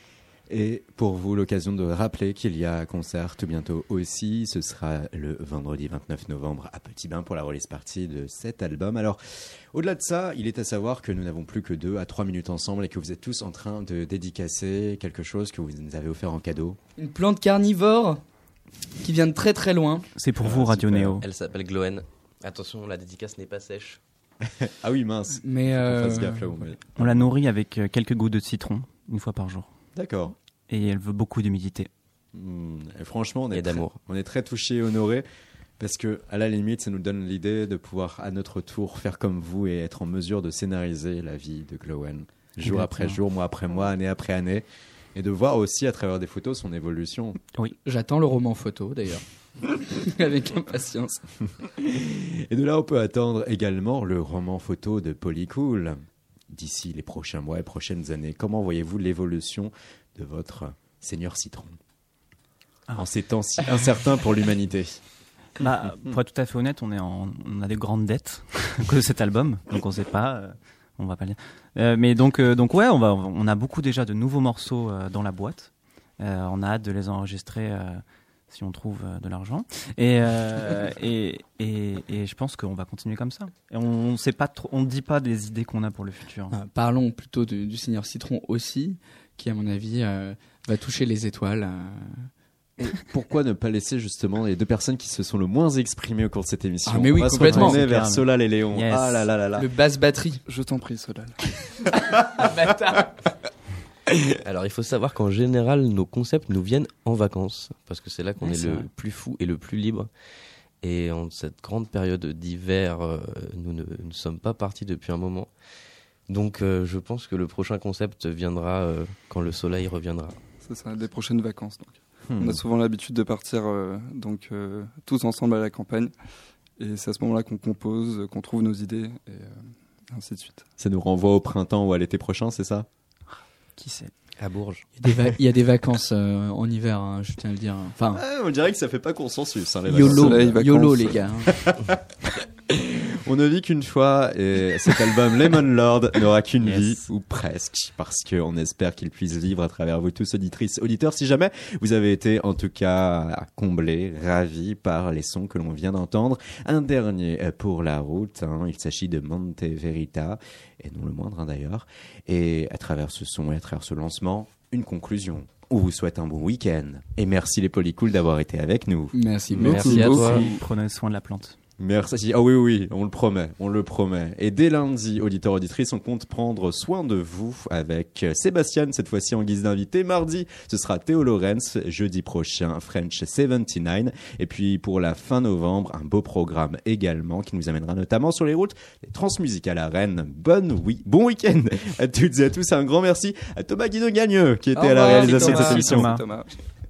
Et pour vous, l'occasion de rappeler qu'il y a un concert tout bientôt aussi. Ce sera le vendredi vingt-neuf novembre à Petit Bain pour la release party de cet album. Alors, au-delà de ça, il est à savoir que nous n'avons plus que deux à trois minutes ensemble et que vous êtes tous en train de dédicacer quelque chose que vous nous avez offert en cadeau. Une plante carnivore qui vient de très très loin. C'est pour Ah, vous, Radio super. Néo. Elle s'appelle Gloen. Attention, la dédicace n'est pas sèche. Ah oui, mince. Mais Faut qu'on euh, fasse gaffe là où on est. On la nourrit avec euh, quelques gouttes de citron une fois par jour. D'accord. Et elle veut beaucoup d'humidité. Hmm, et franchement, on est, Et très, d'amour. on est très touchés et honorés parce que, à la limite, ça nous donne l'idée de pouvoir, à notre tour, faire comme vous et être en mesure de scénariser la vie de Glowen, jour après Exactement. jour, mois après mois, année après année, et de voir aussi à travers des photos son évolution. j'attends le roman photo d'ailleurs. Avec impatience. Et de là, on peut attendre également le roman photo de Polycool d'ici les prochains mois et prochaines années. Comment voyez-vous l'évolution de votre Seigneur Citron Ah. en ces temps si incertains pour l'humanité? Bah, pour être tout à fait honnête, on, est en, on a des grandes dettes à cause de cet album, donc on sait pas, euh, on va pas le dire. Euh, mais donc, euh, donc ouais, on, va, on a beaucoup déjà de nouveaux morceaux euh, dans la boîte. Euh, on a hâte de les enregistrer euh, si on trouve euh, de l'argent. Et, euh, et, et, et je pense qu'on va continuer comme ça. Et on sait pas trop, on ne dit pas des idées qu'on a pour le futur. Euh, parlons plutôt de- du Seigneur Citron aussi, qui à mon avis euh, va toucher les étoiles. euh. Et pourquoi ne pas laisser justement les deux personnes qui se sont le moins exprimées au cours de cette émission? Ah, mais oui, On va se complètement. retourner C'est vers clair. Solal et Léon. Yes. Ah là là là là. Le basse batterie. Je t'en prie, Solal. Alors, il faut savoir qu'en général, nos concepts nous viennent en vacances, parce que c'est là qu'on Ouais, est, c'est le vrai. plus fou et le plus libre. Et en cette grande période d'hiver, euh, nous ne nous sommes pas partis depuis un moment. Donc euh, je pense que le prochain concept viendra euh, quand le soleil reviendra. C'est ça, les prochaines vacances. Donc. Hmm. On a souvent l'habitude de partir euh, donc, euh, tous ensemble à la campagne. Et c'est à ce moment-là qu'on compose, qu'on trouve nos idées, et euh, ainsi de suite. Ça nous renvoie au printemps ou à l'été prochain, c'est ça? Qui sait? À Bourges. Il y a des, va- il y a des vacances euh, en hiver, hein, je tiens à le dire. Enfin, Ouais, on dirait que ça fait pas consensus. Hein, les YOLO, Soleil, vacances. YOLO les gars. hein. On ne vit qu'une fois et cet album Lemon Lord n'aura qu'une Yes. vie, ou presque, parce qu'on espère qu'il puisse vivre à travers vous tous, auditrices, auditeurs. Si jamais vous avez été en tout cas comblés, ravis par les sons que l'on vient d'entendre. Un dernier pour la route, hein. Il s'agit de Monte Verita, et non le moindre hein, d'ailleurs. Et à travers ce son et à travers ce lancement, une conclusion. On vous souhaite un bon week-end. Et merci les Polycool d'avoir été avec nous. Merci beaucoup. Merci à toi. Prenez soin de la plante. Merci. Ah oui, oui, on le promet, on le promet. Et dès lundi, auditeurs, auditrices, on compte prendre soin de vous avec Sébastien, cette fois-ci en guise d'invité. Mardi, ce sera Théo Lorenz. Jeudi prochain, French soixante-dix-neuf. Et puis, pour la fin novembre, un beau programme également qui nous amènera notamment sur les routes des Transmusicales à Rennes. Bonne oui, bon week-end à toutes et à tous. Un grand merci à Thomas Guido Gagneux qui était Au à la revoir, réalisation de Thomas. cette émission. Thomas. Thomas.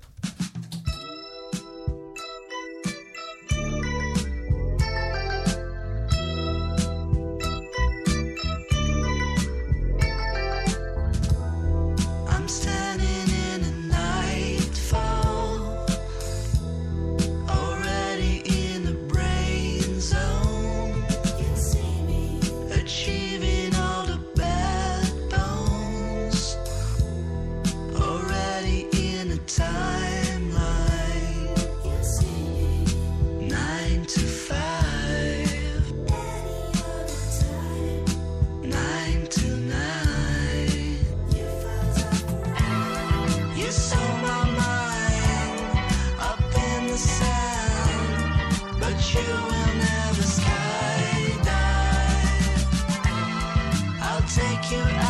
I'm standing in a nightfall, already in the brain zone. You see me achieving all the bad bones, already in a timeline. You see me nine to five, nine to nine. You stole my mind up in the sand, but you will never skydive. I'll take you